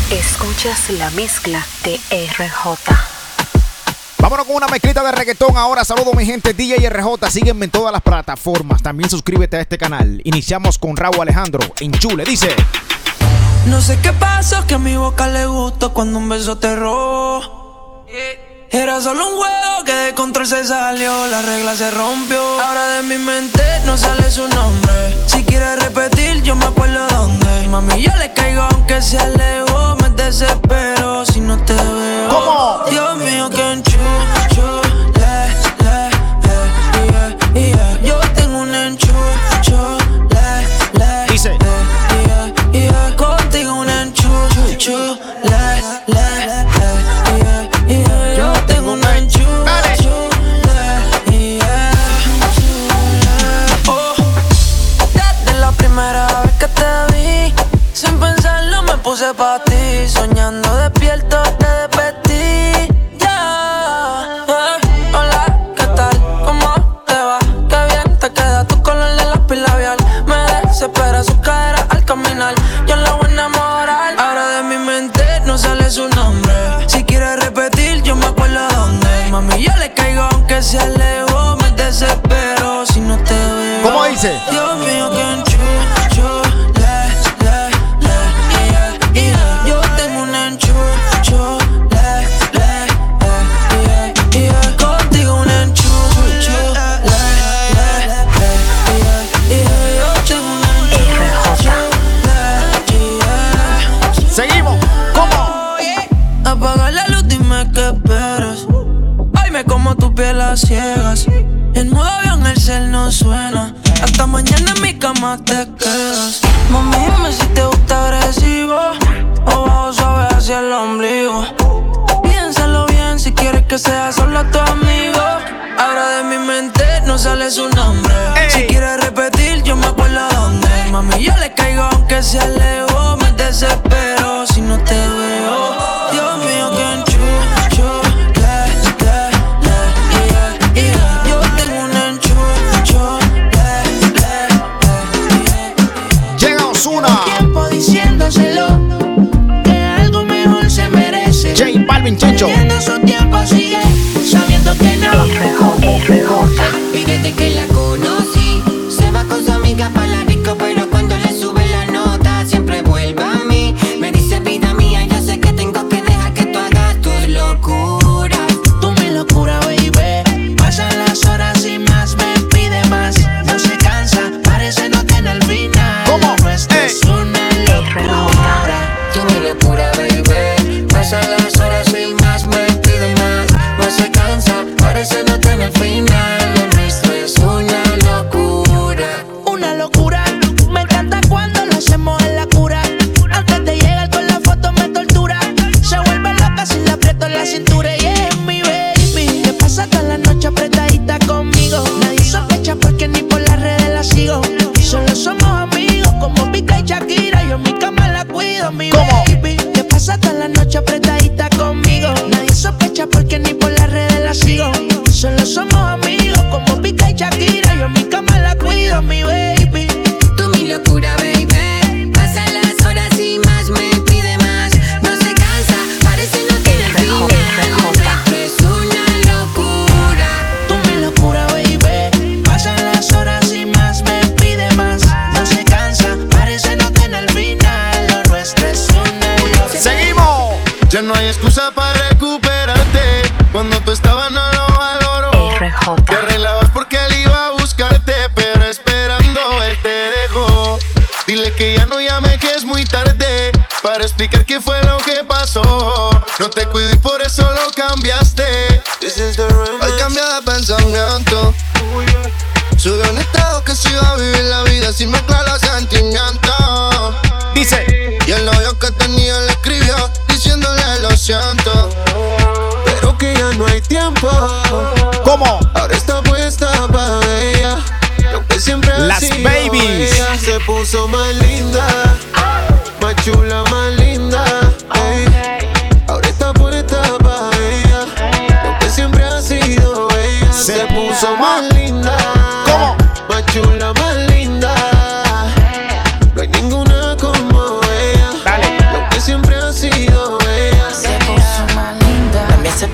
Escuchas la mezcla de RJ. Vámonos con una mezclita de reggaetón ahora. Saludos mi gente, DJ RJ. Sígueme en todas las plataformas. También suscríbete a este canal. Iniciamos con Raúl Alejandro en Chule. Dice: no sé qué pasó, que a mi boca le gustó cuando un beso te robó. Era solo un juego que de control se salió, la regla se rompió. Ahora de mi mente no sale su nombre. Si quieres repetir, yo me acuerdo dónde. Mami, yo le caigo aunque se alejó. Me desespero si no te veo. ¿Cómo? Dios mío, que enchule. Yo tengo un enchule. Dice: contigo un enchule. Yo tengo un enchule. Oh, desde la primera vez que te vi, sin pensarlo me puse pa' ti. Soñando despierto te despertí. Hola, ¿qué tal? ¿Cómo te va? Qué bien te queda tu color de lápiz labial. Me desespera su cadera al caminar. Yo la voy a enamorar. Ahora de mi mente no sale su nombre. Si quieres repetir, yo me acuerdo dónde. Mami, yo le caigo aunque se alejó. Me desespero si no te veo. ¿Cómo dice? Dios mío, que enchule. Yo tengo un enchule. Contigo un enchule. Yo tengo un enchule. Seguimos. ¿Cómo? Apaga la luz, dime qué esperas. Ay, me como tu piel a ciegas. En modo avión el cel no suena. Hasta mañana en mi cama te quedas. Mami, dime si te gusta agresivo o bajo suave hacia el ombligo. Piénsalo bien si quieres que sea solo tu amigo. Ahora de mi mente no sale su nombre. Ey. Si quieres repetir, yo me acuerdo dónde. Mami, yo le caigo aunque se alejó. Me desespero si no te veo. Dios mío, que enchule. Yo tengo un enchule. Llega Ozuna. Tiempo diciéndoselo que algo mejor se merece. J Balvin, Checho. Perdiendo su tiempo sigue sabiendo que no. Y desde que la conocí, se va con su amiga pa' la disco, pero cuando le sube la nota siempre vuelve a mí. Me dice: vida mía, yo sé que tengo que dejar que tú hagas tus locuras. Tú mi locura, baby. Pasan las horas y más me pide más. No se cansa, parece no tener final. ¿Cómo? Nuestro es una locura. Tú mi locura, baby. Pasan las horas y más me pide más. No se cansa, parece no tener final. Lo nuestro es una locura. Una locura, me encanta cuando lo hacemos en la cura. Antes de llegar con la foto me tortura. Se vuelve loca si le aprieto la cintura. Y es mi baby, que pasa toda la noche apretadita conmigo. Nadie sospecha porque ni por las redes la sigo. Solo somos amigos como Pica y Shakira. Yo en mi cama la cuido, mi ¿Cómo? baby, que pasa toda la noche apretadita conmigo. Nadie sospecha porque ni por las redes la sigo. Solo somos amigos como Pica y Shakira. Yo en mi cama la cuido, mi baby. Tú mi locura, baby. Pasan las horas y más me pide más. No se cansa, parece no tener final. Nuestro es una locura. Tú mi locura, baby. Pasan las horas y más me pide más. No se cansa, parece no tener final. Lo nuestro es una locura. Seguimos. Ya no hay excusa para recuperarte. Cuando tú estabas no lo valoró. Te arreglabas porque él iba a buscarte, pero esperando él te dejó. Dile que ya no llame, que es muy tarde para explicar qué fue lo que pasó. No te cuido y por eso lo cambiaste. Al cambiar de pensamiento, subió un estado que se iba a vivir la vida sin mezclar los sentimientos. Dice: Y el novio que tenía le escribió diciéndole lo siento, pero que ya no hay tiempo. ¿Cómo? Ahora está puesta para ella, lo que siempre ha Las sido babies. ella. Se puso más linda, más chula, más linda. Ey. Ahora está puesta para ella, lo que siempre ha sido ella. Se puso más linda. ¿Cómo? Más chula, más linda. No hay ninguna como ella. Dale. Lo que siempre ha sido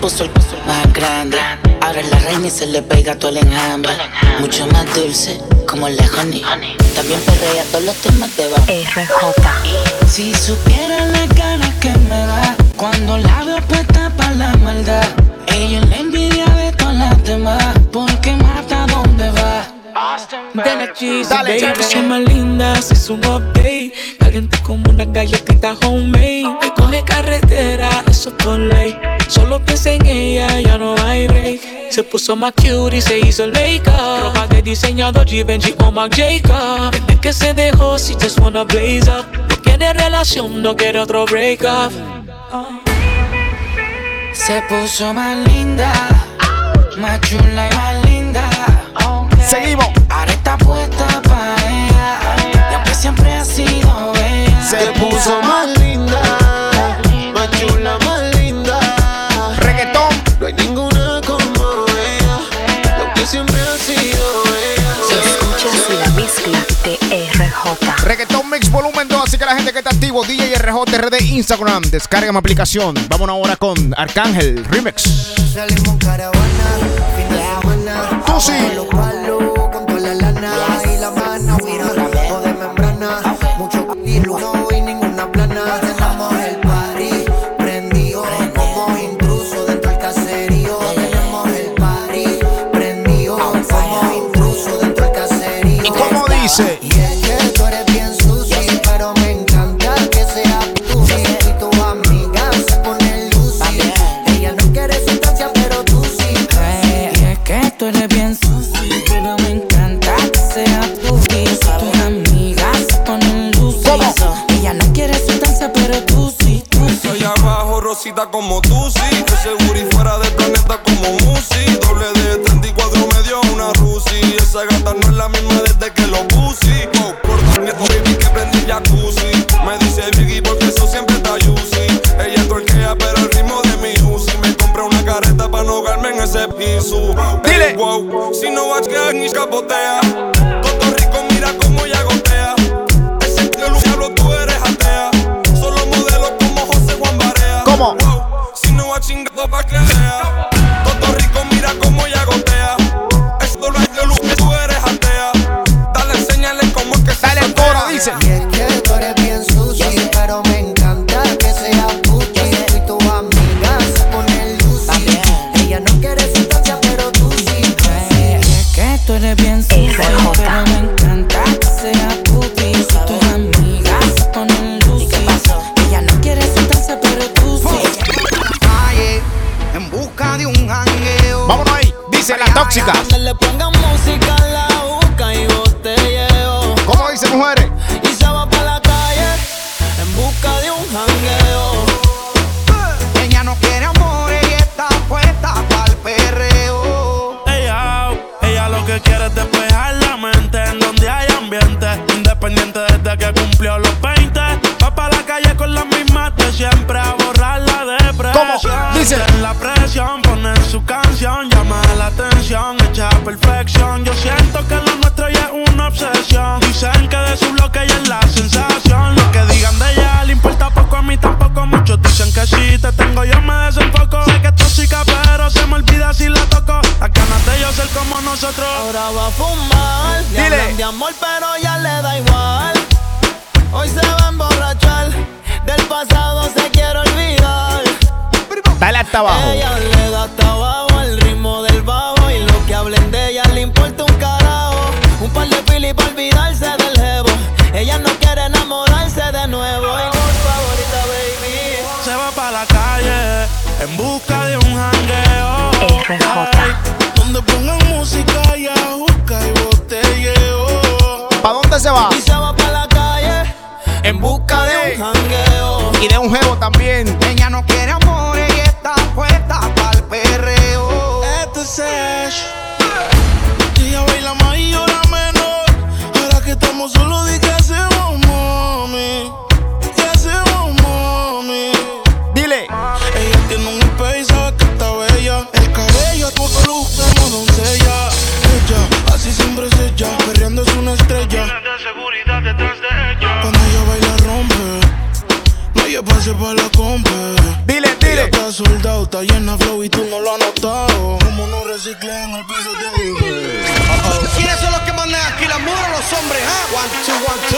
puso el pozo más grande. Ahora es la reina y se le pega todo el enjambre. Mucho más dulce, como la honey. También perrea todos los temas de bajo. RJ. Si supieran la cara que me da cuando la veo puesta pa' la maldad. Ella es la envidia de todas las demás, porque mata donde va. Dale, son más lindas, es un update. Caliente como una galletita homemade. Me coge carretera, eso es por ley. Solo piensa en ella, ya no hay break. Se puso más cute y se hizo el make-up. Ropa de diseñador Givenchy o Marc Jacob. Desde que se dejó, she just wanna blaze up. No quiere relación, no quiere otro break-up. Se puso más linda, más chula y más linda. Seguimos. Ahora está puesta pa' ella, y aunque siempre ha sido bella. Se puso más linda, más chula, más linda. Reggaetón. No hay ninguna como ella, y aunque siempre ha sido bella. Escuchas la mezcla de RJ. Reggaetón Mix Volumen 2, así que la gente que está activo, DJ RJ RD Instagram, descarga mi aplicación. Vámonos ahora con Arcángel Remix. Salimos caravana, fin de semana. Tú sí. Los palos con toda la lana y la mano, mira, o de membrana. Mucho hilo, no hay ninguna plana. Tenemos el party prendido, como intruso dentro del caserío. Tenemos el party prendido, como intruso dentro del caserío. ¿Y cómo dice? Y es que tú eres bien sushi, pero me encanta que seas tú. Y tu amiga se pone lucy. Ella no quiere sustancia, pero tú sí. Y es que tú eres bien sucio, pero me encanta que seas tú. Y tus amigas se ponen luces. Ella no quiere sustancia, pero tú sí, tú sí. Soy abajo, rosita como tú, sí. Ese booty fuera del planeta como Musi. Doble de 34 me dio una Rusi. Esa gata no es la misma desde que lo puse. Oh, por nieto, baby, que prendí el jacuzzi. Me dice Biggie porque eso siempre está juicy. Ella torquea, pero el ritmo de mi Uzi. Me compré una careta para no ahogarme en ese piso. Dile. Hey, wow, si no vas que ni capotea. Puerto Rico, mira cómo ella gotea. Ese que lo diablo, tú eres atea. Solo modelos como José Juan Barea. ¿Cómo? Wow, si no vas chingado pa' que vea. Puerto Rico, mira cómo ella gotea. Eso no es que luz, tú eres atea. Dale, enséñale cómo es que se Dale el sortea. coro, dice. Y es que tú eres bien sushi, pero me encanta que seas puchi. Y tu amiga se pone lucy. Ella no quiere sustancia, pero tú sí. Es que tú eres bien sucio, pero me encanta que seas puti. Y tus amigas se ponen lucy. Ella no quiere sustancia, pero tú sí. Calle, en busca de un jangueo. Vámonos ahí. Dice la tóxica. Donde le pongan música, la busca y botelleo. ¿Cómo dice, mujeres? Y se va pa' la calle en busca de un jangueo. Ella no quiere amor, ella está puesta pa'l perreo. Ella lo que quiere es despejar la mente en donde hay ambiente. Independiente desde que cumplió los 20. Va pa' la calle con las mismas de siempre a borrar la depresión. ¿Cómo? Dice. En la presión, poner su canción, llama la atención, hecha a perfección. Yo siento que lo nuestro ya es una obsesión. Dicen que de su bloque ella es la sensación. Lo que digan de ella le importa poco, a mí tampoco. Muchos dicen que si te tengo yo me desenfoco. Sé que es tóxica pero se me olvida si la toco. Las ganas de yo ser como nosotros. Ahora va a fumar. Le Dile. hablan de amor, pero ya le da igual. Hoy se va a emborrachar. Del pasado se quiere olvidar. Dale hasta abajo. Ella le da hasta abajo el ritmo del bajo. Y lo que hablen de ella le importa un carajo. Un par de pili para olvidarse del jevo. Ella no quiere enamorarse de nuevo. Y no es favorita, baby. Se va pa' la calle en busca de un jangueo. RJ. Donde pongan música y busca y botelleo. ¿Para dónde se va? Y se va pa' la calle en busca de un jangueo. Y de un jevo también. Ella no quiere amor, ella está puesta pa'l perreo. Este es Ash. Ella baila más y llora menos. Ahora que estamos solos, di que hacemos, mami. ¿Qué hacemos, mami? Dile. Ella tiene un espejo y sabe que está bella. El cabello a poco luz como doncella. Ella, así siempre es ella. Perreando es una estrella. Cuando ella baila rompe. No hay espacio para la compre. Dile. Ella está soldado, está llena flow y tú no lo has notado. Como no reciclen el piso te dije. ¿Quiénes son los que mandan aquí, las mujeres o los hombres? ¿Ah? 1, 2, 1, 2.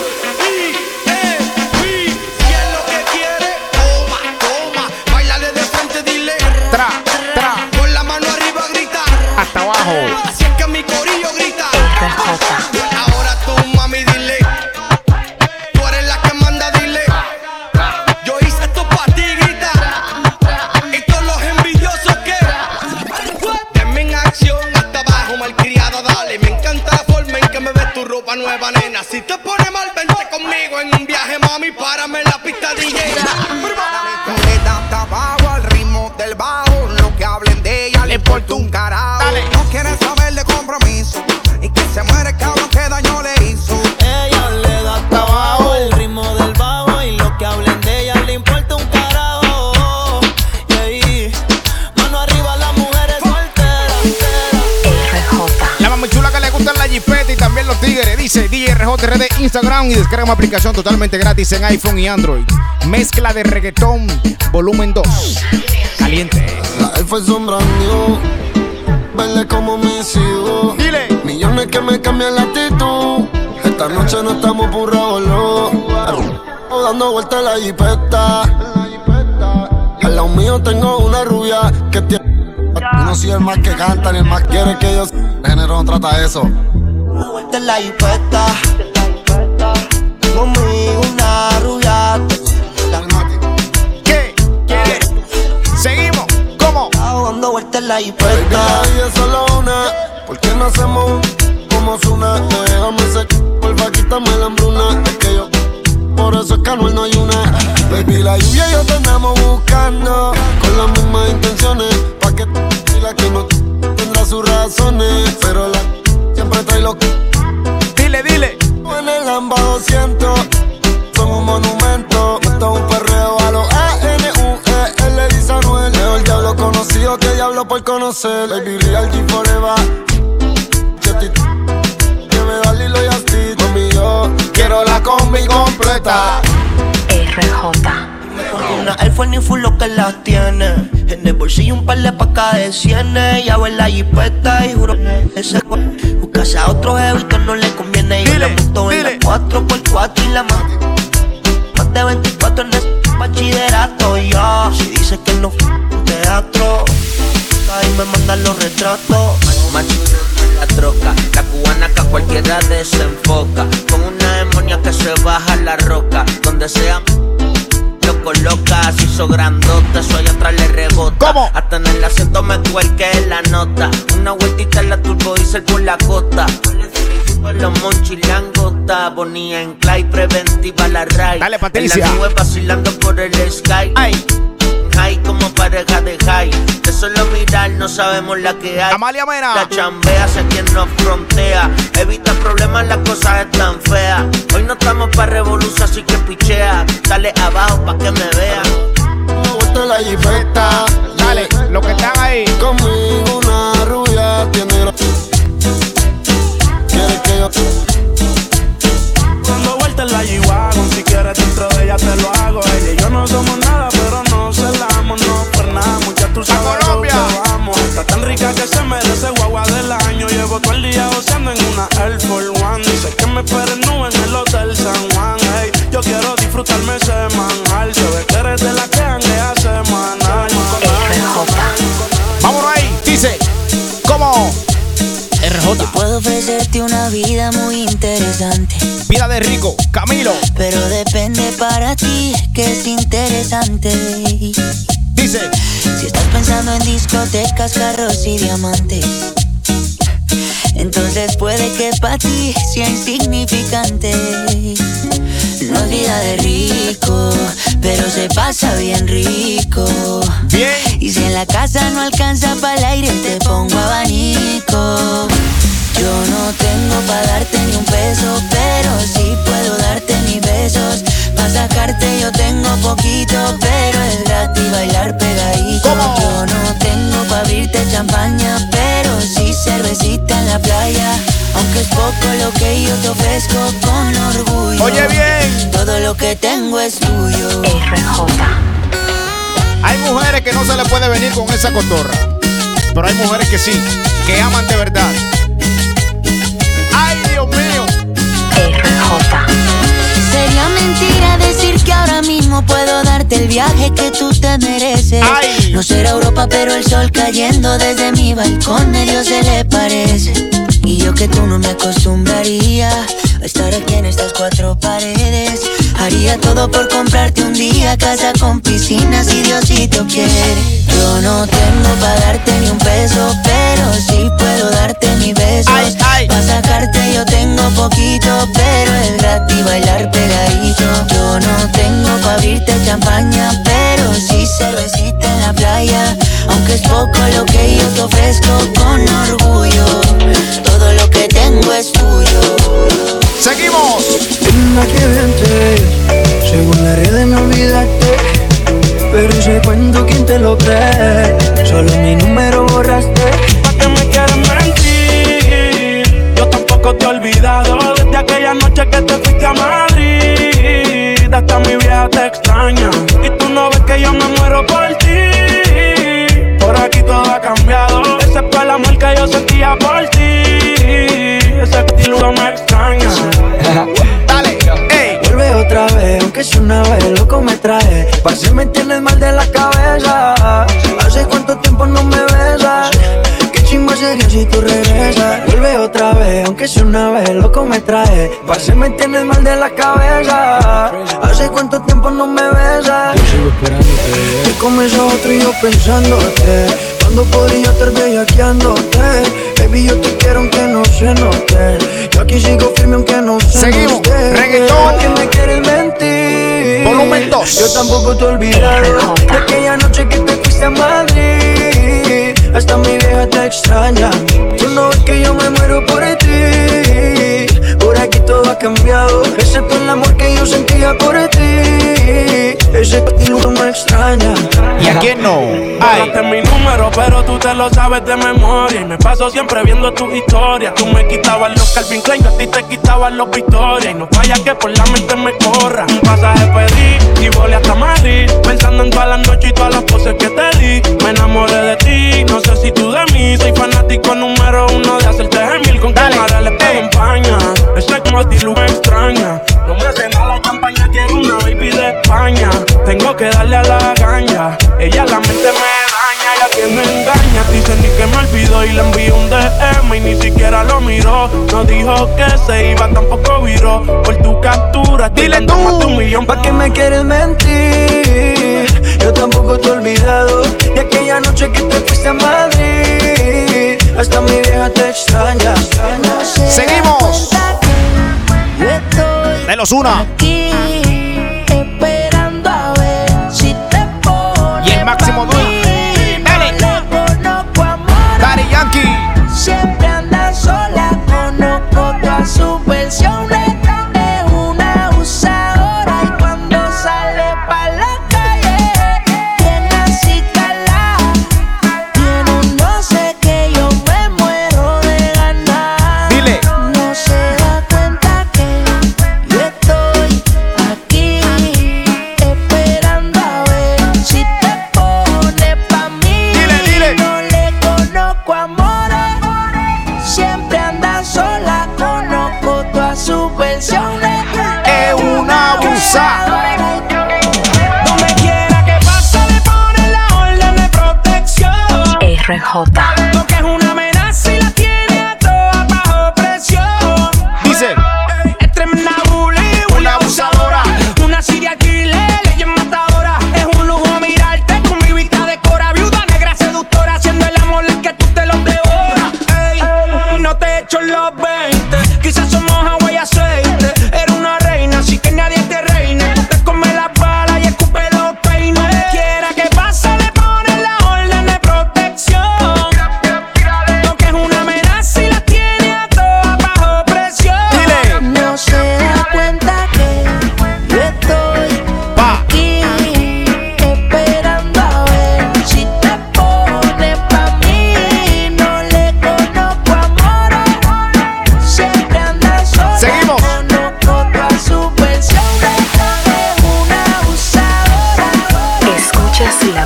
¿Qué es lo que quiere? Toma. Báilale de frente, dile. Tra. Con la mano arriba grita. Hasta abajo. Así es que mi corillo grita. RJ. Ahora tú, mami, dile. Tú eres la que manda, dile. Yo hice esto pa' ti, grita. Y todos los envidiosos que denme en acción hasta abajo, malcriado, dale. Me encanta la forma en que me ves tu ropa nueva, nena. Si te pone mal, vente conmigo en un viaje, mami. Párame en la pista, DJ. Le da abajo al ritmo del bajo. Lo que hablen de ella le importa un carajo. Dale. No quiere saber de compromiso. Y que se muere el cabrón que daño le hizo. Ella le da hasta abajo el ritmo del bajo. Y lo que hablen de ella le importa un carajo. Y ahí, mano arriba las mujeres solteras. RJ. La mami chula que le gustan la jipeta y también los tigres. Dice DJ RJRD Instagram y descarga una aplicación totalmente gratis en iPhone y Android. Mezcla de reggaetón, volumen 2. Caliente. La fue sombrando, verle como mis hijos. Dile. Millones que me cambian la actitud. Esta noche no estamos por rabolo. Dando vueltas la jipeta. Al lado mío tengo una rubia que tiene. No soy el más que canta ni el más quiere que yo. El género no trata eso. Vuelta en la jipeta. Conmigo una rubia. ¿Qué? Seguimos. ¿Cómo? Dando vuelta en la Baby, jipeta. la vida es solo una. ¿Por qué no hacemos como Zuna? Déjame ese porfa, quítame la hambruna. Es que yo, por eso es que Anuel no hay una. Baby, la lluvia y yo te andamos buscando con las mismas intenciones. Pa' que la que no tendrá sus razones. Pero la siempre trae lo que. Dile. En el Lamba 200 son un monumento. Esto es un perreo a los A-N-U-E-L, dice Anuel. Mejor diablo conocido que diablo por conocer. Baby, real G forever. Que me da Lilo y Asti. Mami, yo quiero la combi completa. RJ. Una Air Force ni full lo que las tiene. En el bolsillo un par de pacas de cienes. Ya en la jipeta y juro ese buscase a otro jefe que no le conviene. Yo la monto en la 4x4 y la más de 24 en el bachillerato. Ya, si dice que no fue un teatro, ahí me mandan los retratos. Macho la troca, la cubana que a cualquiera desenfoca. Con una demonia que se baja la roca. Donde sea lo coloca, se hizo grandote, eso allá atrás le rebota. ¿Cómo? Hasta en el asiento me cuelque la nota. Una vueltita en la turbo diesel por la costa. Los monchis langota, Bonnie en Clyde, preventiva la ride. Dale, Patricia. En la nube vacilando por el sky. Ay. High como pareja de high. De solo mirar no sabemos la que hay. Amalia Mena. La chambea, sé quien nos frontea. Evita problemas, las cosas están feas. Hoy no estamos pa' revolución, así que pichea. Dale abajo pa' que me vean. Me gusta la jipeta. Dale, lo que están ahí. Conmigo una rubia tiene. Quiere que yo. Dando vueltas en la G-Wagon, si quieres dentro de ella te lo hago. Ella y yo no somos nada, pero no celamos, no por nada. Muchas tú sabes lo que vamos. Está tan rica que se merece guagua del año. Llevo todo el día goceando en una Air Force One. Dice que me esperen nube en el Hotel San Juan. Hey, yo quiero disfrutarme semanal. Se ve que eres de la que hanguea semanal. Vámonos ahí. Dice, ¿cómo? RJ. Puedo ofrecerte una vida muy interesante. Vida de rico, Camilo. Pero depende para ti que es interesante. Dice, si estás pensando en discotecas, carros y diamantes, entonces puede que para ti sea insignificante. No es vida de rico, pero se pasa bien rico. Bien. Y si en la casa no alcanza para el aire, te pongo abanico. Yo no tengo pa' darte ni un peso, pero sí puedo darte mis besos. Pa' sacarte yo tengo poquito, pero es gratis bailar pegadito. ¿Cómo? Yo no tengo pa' abrirte champaña, pero sí cervecita en la playa. Aunque es poco lo que yo te ofrezco con orgullo. Oye bien. Todo lo lo que tengo es tuyo. RJ. Hay mujeres que no se le puede venir con esa cotorra, pero hay mujeres que sí, que aman de verdad. ¡Ay, Dios mío! RJ. Sería mentira decir que ahora mismo puedo darte el viaje que tú te mereces. Ay. No será Europa, pero el sol cayendo desde mi balcón medio se le parece. Y yo que tú no me acostumbraría a estar aquí en estas cuatro paredes. Haría todo por comprarte un día casa con piscina si Diosito quiere. Yo no tengo pa' darte ni un peso, pero sí puedo darte mis besos. Ay, ay. Pa' sacarte yo tengo poquito, pero es gratis bailar pegadito. Yo no tengo pa' abrirte champaña, pero sí cervecita en la playa. Aunque es poco lo que yo te ofrezco con orgullo, todo lo que tengo es tuyo. ¡Seguimos! Linda que bien te ves, según las redes me olvidaste, pero ese cuento quién te lo cree, solo mi número borraste. ¿Pa' qué me quieres mentir? Yo tampoco te he olvidado desde aquella noche que te fuiste a Madrid. Hasta mi vieja te extraña y tú no ves que yo me muero por ti. Por aquí todo ha cambiado, ese fue el amor que yo sentía por ti. Ese estilo me extraña. Dale, ey. Vuelve otra vez, aunque sea una vez, loco me trae. Parce, me tienes mal de la cabeza. Hace cuánto tiempo no me besas. Qué chimba sería si tú regresas. Vuelve otra vez, aunque sea una vez, loco me trae. Parce, me tienes mal de la cabeza. Hace cuánto tiempo no me besas. Yo sigo esperándote. Y comienza otro y yo pensándote. ¿Cuándo podría estar bellaqueándote? Baby, yo te quiero aunque no se note. Yo aquí sigo firme aunque no se Seguimos, note. reggaetón. ¿Para qué me quieres mentir? Volumen 2. Yo tampoco te he olvidado de aquella noche que te fuiste a Madrid. Hasta mi vieja te extraña. Tú no ves que yo me muero por ti. Por aquí todo ha cambiado, excepto el amor que yo sentía por ti. Ese estilo me extraña. ¿Y a quién no? Ay. Este es mi número, pero tú te lo sabes de memoria. Y me paso siempre viendo tus historias. Tú me quitabas los Calvin Klein, yo a ti te quitabas los Victoria. Y no falla que por la mente me corra. Un pasaje pedí y volé hasta Madrid, pensando en todas las noches y todas las poses que te di. Me enamoré de ti, no sé si tú de mí. Soy fanático número uno de hacerte gemil. Con cámara le pego en paña. Ese como estilo me extraña. No me hace nada la campaña, quiero una baby de España. Tengo que darle a la ganja, ella la mente me daña. Y a quien me engaña, dice ni que me olvidó. Y le envió un DM y ni siquiera lo miró. No dijo que se iba, tampoco viró. Por tu captura, dile tú. más de 1 millón. ¿Pa' qué me quieres mentir? Yo tampoco te he olvidado de aquella noche que te fuiste a Madrid. Hasta mi vieja te extraña. Seguimos. De los una. Aquí, esperando a ver si te pones Y el máximo pa' duro. mí. Dale. No conozco amor. Daddy Yankee. Siempre anda sola, conozco todas sus versiones. Es una abusadora y cuando sale pa' la calle tiene así calada. Tiene un no sé que yo me muero de ganar. Dile. No se da cuenta que yo estoy aquí esperando a ver si te pones pa' mí. Dile, dile. No le conozco amores, siempre anda sola, conozco todas sus versiones. Es una abusadora. Donde quiera que pase le pone la orden de protección. RJ. Lo que es una amenaza y la tiene a todas bajo presión. Dice. Es tremenda bully, una abusadora, una serial killer, ella es matadora. Es un lujo mirarte con mi vista de cora, viuda negra seductora, haciendo el amor el que tú te lo devoras. Ey, no te echo los 20, quizás somos agua y aceite. Eres una reina, así que nadie te reine. Tú te comes las balas y escupe los peines. Quiera que pase le pone la orden de protección.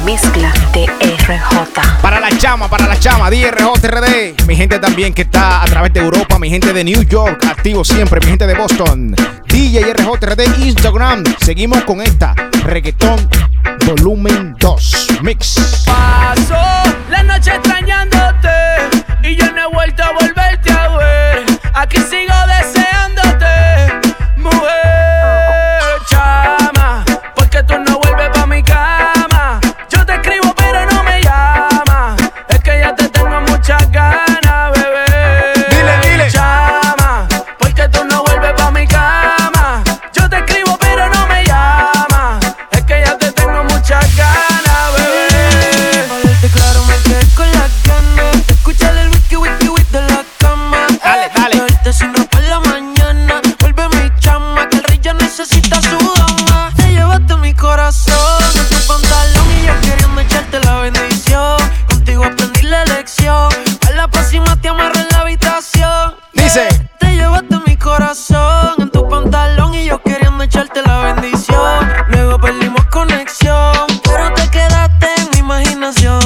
mezcla de RJ. Para la chama, DRJRD. Mi gente también que está a través de Europa, mi gente de New York, activo siempre, mi gente de Boston. DJ RJRD Instagram. Seguimos con esta, Reggaetón Volumen 2 Mix. Paso la noche extrañándote y yo no he vuelto a volverte a ver. Aquí sigo deseándote, mujer. Chama, porque tú no vuelves pa' mi cama. Yo te escribo pero no me llamas. Es que ya te tengo muchas ganas, bebé. Dile. Chama, porque tú no vuelves pa' mi cama. Yo te escribo pero no me llamas. Es que ya te tengo muchas ganas, bebé. Para verte claro me quedé con las ganas de escuchar el wiki de la cama. Dale. Verte sin ropa en la mañana. Vuelve mi chama, que el rey ya necesita su dama. Te llevaste mi corazón en tu pantalón y yo queriendo echarte la bendición. Contigo aprendí la lección. A la próxima te amarro en la habitación. Dice. Te llevaste mi corazón en tu pantalón y yo queriendo echarte la bendición. Luego perdimos conexión, pero te quedaste en mi imaginación.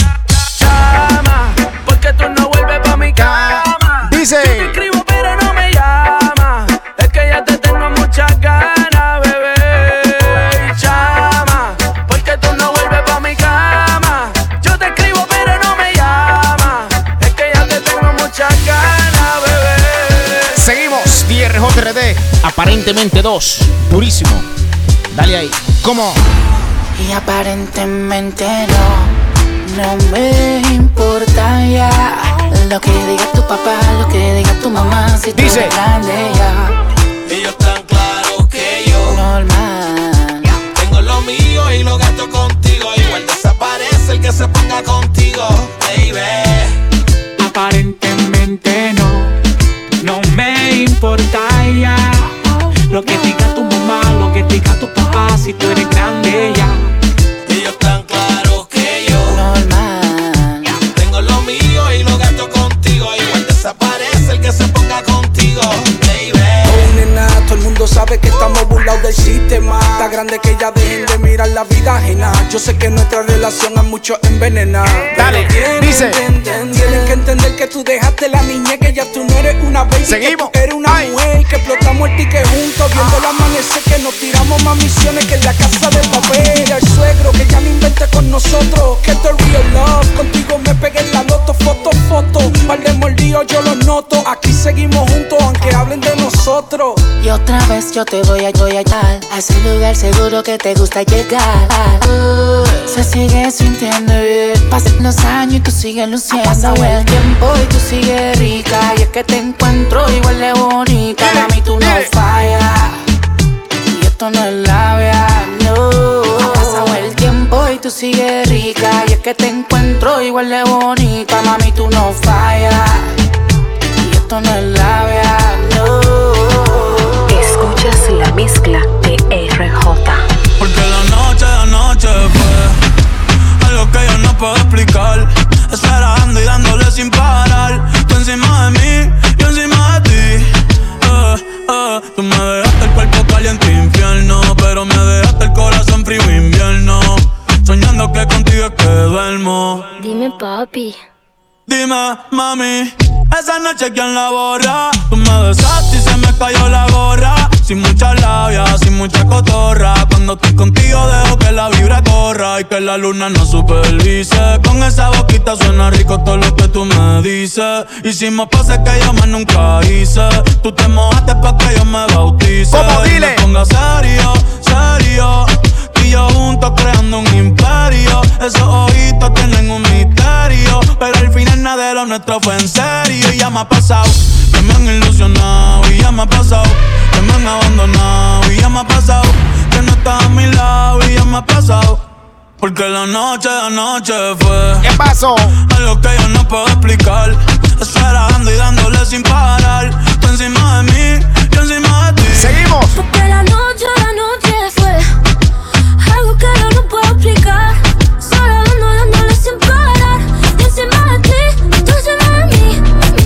Chama, porque tú no vuelves pa' mi cama. Dice. Yo te escribo pero no me llamas. Es que ya te tengo muchas ganas, bebé. Chama, porque tú no vuelves pa' mi cama. Yo te escribo pero no me llamas. Es que ya te tengo muchas ganas, bebé. Seguimos, DRJRD, aparentemente 2, durísimo. Dale ahí, ¿cómo? Y aparentemente no me importa ya lo que diga tu papá, lo que diga tu mamá. Si tú Dice. eres grande ya, Ellos tan claros que yo normal. tengo lo mío y lo gasto contigo. Igual desaparece el que se ponga contigo, baby. Aparentemente no me importa ya lo que diga tu mamá, lo que diga tu papá. Si tú eres grande ya, Ellos tan claros que yo Normal. tengo lo mío y lo gasto contigo. Igual desaparece el que se ponga contigo, baby. Oh, nena, todo el mundo sabe que estamos burlados del sistema. Está grande que ya dejen de mirar la vida ajena. Yo sé que nuestra relación a muchos envenena. Dale, dice. Tienen que entender que tú dejaste la niñez, que ya tú no eres una baby. Seguimos. Que tú eres una mujer, que explotamos el ticket juntos, viendo el amanecer, que nos tiramos más misiones que en la casa de papel. Y al suegro que ya no invente con nosotros, que esto es real love. Contigo me pegué en la loto, foto. Par de mordidos yo los noto. Aquí seguimos juntos, aunque hablen de nosotros. Y otra vez yo te voy a dar a ese lugar seguro que te gusta llegar. Se sigue sintiendo bien. Pasan los años y tú sigues luciendo. Ha pasado el tiempo y tú sigues rica. Y es que te encuentro igual de bonita. Mami, tú no fallas. Y esto no es labia, no. Ha pasado el tiempo y tú sigues rica. Y es que te encuentro igual de bonita. Mami, tú no fallas. Y esto no es labia, no. Escuchas la mezcla de RJ. Porque la noche fue algo que yo no puedo explicar. Esperando y dándole sin parar. Tú encima de mí, yo encima de ti. Tú me dejaste el cuerpo caliente infierno, pero me dejaste el corazón frío invierno. Soñando que contigo es que duermo. Dime, papi. Dime, mami, esa noche ¿quién la borra? Tú me besaste y se me cayó la gorra. Sin mucha labia, sin mucha cotorra. Cuando estoy contigo dejo que la vibra corra y que la luna nos supervise. Con esa boquita suena rico todo lo que tú me dices. Hicimos pases que yo más nunca hice. Tú te mojaste pa' que yo me bautice. ¿Cómo? Dile. Me ponga serio, serio. Tú y yo juntos creando un imperio. Esos ojitos tienen un misterio, pero al final nada de lo nuestro fue en serio. Y ya me ha pasado, que me han ilusionado. Y ya me ha pasado, que me han abandonado. Y ya me ha pasado, que no estás a mi lado. Y ya me ha pasado, porque la noche de anoche fue. ¿Qué pasó? Algo que yo no puedo explicar. Esperando y dándole sin parar. Tú encima de mí, yo encima de ti. Seguimos. Porque la noche fue algo que yo no puedo explicar. Solo dándole sin parar. Yo encima de ti, tú encima de mí.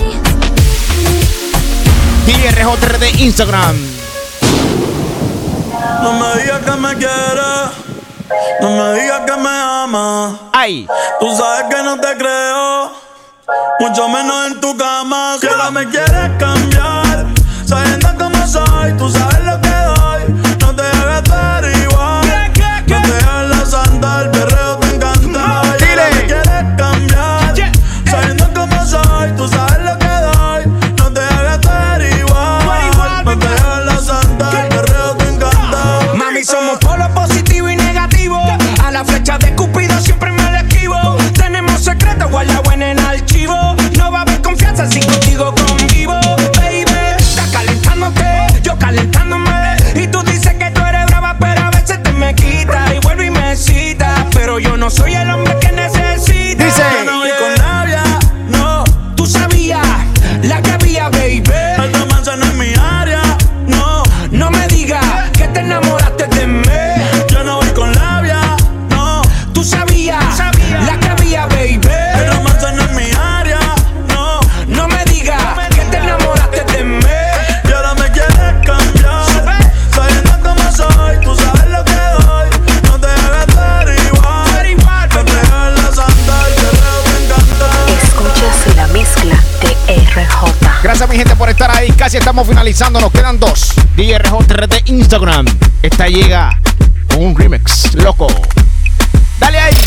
DRJRD de Instagram. No me digas que me quieres. No me digas que me amas. Ay. Tú sabes que no te creo, mucho menos en tu cama. Si ahora me quieres cambiar, sabiendo cómo soy, tú sabes lo que doy. No te hagas estar igual, no te hagas la santa, el perreo te encanta. Si ahora me quieres cambiar, sabiendo cómo soy, tú sabes lo que doy. No te hagas estar igual, no te hagas la santa, el perreo te encanta. Mami, somos polo positivo y negativo. A la flecha de Cupido siempre me la esquivo. Tenemos secretos guardados en el archivo. No va a haber confianza si contigo convivo. Baby, estás calentándote, yo calentándome. Y tú dices que tú eres brava, pero a veces te me quitas y vuelve y me cita. Pero yo no soy el hombre que necesita. Dice, yo no voy con labia, no. Tú sabías la que había, baby. Esta manzana no es mi área, no. No me digas que te enamoraste de mí. Yo no voy con labia, no. Tú sabías la que había, baby. El romance no es mi área, no. No me digas que te enamoraste de mí. Y ahora me quieres cambiar, sabiendo cómo soy, tú sabes lo que doy. No te hagas estar igual, no te hagas la santa, el perreo te encanta. Escuchas la mezcla de RJ. gracias mi gente por estar ahí. Casi estamos finalizando, nos quedan 2. DRJ de Instagram. Esta llega con un remix loco. Dale ahí.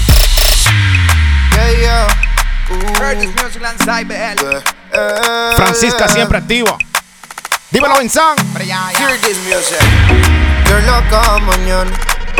Francisca siempre activo. Dímelo, Vincent. Hear this music. You're loca mañana.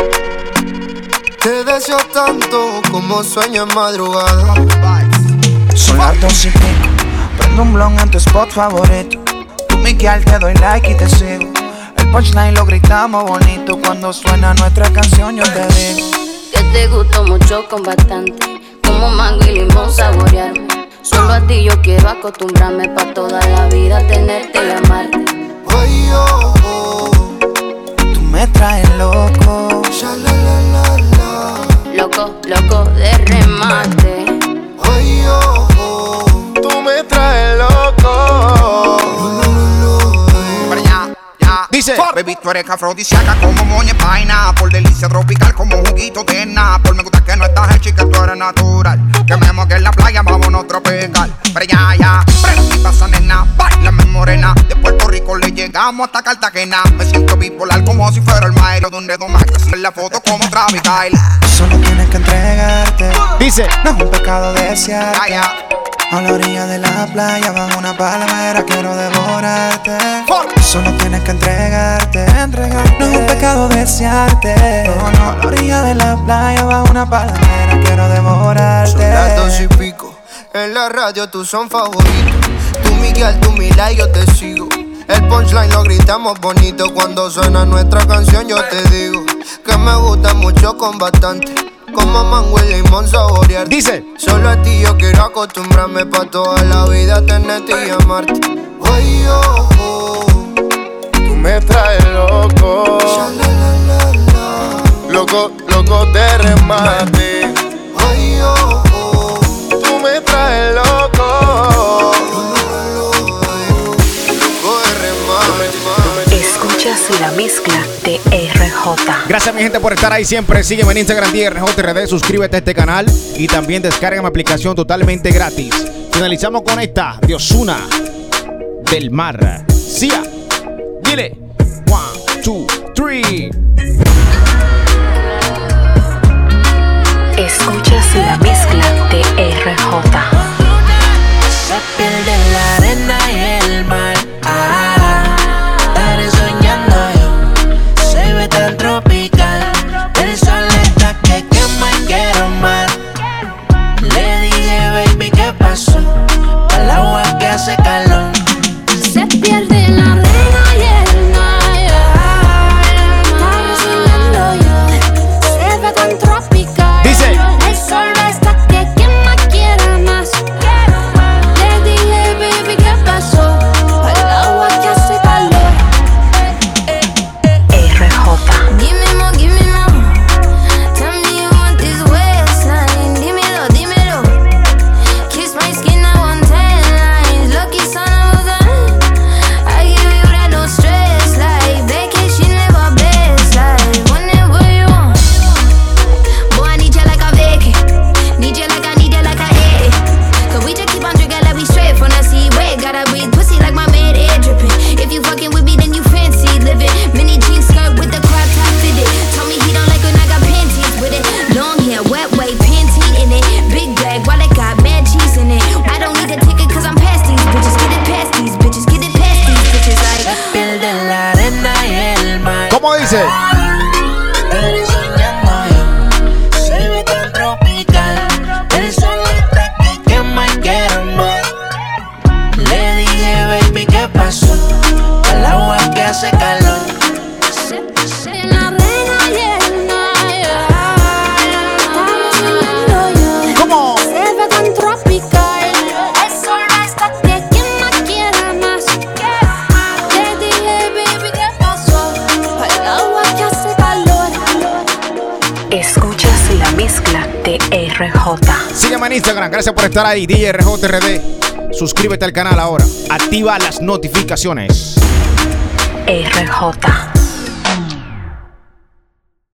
Te deseo tanto como sueño en madrugada. Son las 2:05. Prendo un blon en tu spot favorito. Tú, Miguel, te doy like y te sigo. El punchline lo gritamos bonito. Cuando suena nuestra canción yo te digo que te gusto mucho con bastante, como mango y limón saborearme. Solo a ti yo quiero acostumbrarme pa' toda la vida tenerte y amarte. Ay, oh, oh. Tú me traes loco, loco, loco de remate. Ay, oh, oh. Tú me traes loco. Dice, baby, tú eres afrodisíaca como moña paina. Por delicia tropical como juguito de Napol. Me gusta que no estás hecha y que tú eres natural. Quememos que en la playa vámonos tropical. Pero ya, prende pasa nena, bailame morena. De Puerto Rico le llegamos hasta Cartagena. Me siento bipolar como si fuera el maestro de un dedo más que hacer la foto como Travis Kyle. Solo tienes que entregarte. Dice, no es un pecado desearte. A la orilla de la playa, bajo una palmera, quiero devorarte. Solo tienes que entregarte. No es un pecado desearte. No, a la orilla de la playa, bajo una palmera, quiero devorarte. Son las 2:05. En la radio tú son favoritos. Tú Miguel, tú Mila y yo te sigo. El punchline lo gritamos bonito. Cuando suena nuestra canción yo te digo que me gusta mucho con bastante, como mango y limón saborear. Dice, solo a ti yo quiero acostumbrarme pa' toda la vida tenerte y amarte. Ay, oh, oh. Tú me traes loco, loco, loco de remate. Ay, oh, oh. Tú me traes loco, loco de remate. Escuchas la mezcla de RJ. Gracias mi gente por estar ahí siempre. Sígueme en Instagram DRJRD, suscríbete a este canal y también descarga mi aplicación totalmente gratis. Finalizamos con esta de Ozuna, Del Mar. Sia, dile 1, 2, 3. Escuchas la mezcla de RJ. Se pierde en la arena y el mar. Estaré soñando yo. Se ve tan tropical. El sol está que quema y quiero más. Le dije, baby, ¿qué pasó? Al agua que hace calor. Se pierde en la arena y el mar. Estaré mezcla de RJ. Sígueme en Instagram, gracias por estar ahí, DJ RJRD. Suscríbete al canal ahora, activa las notificaciones. RJ.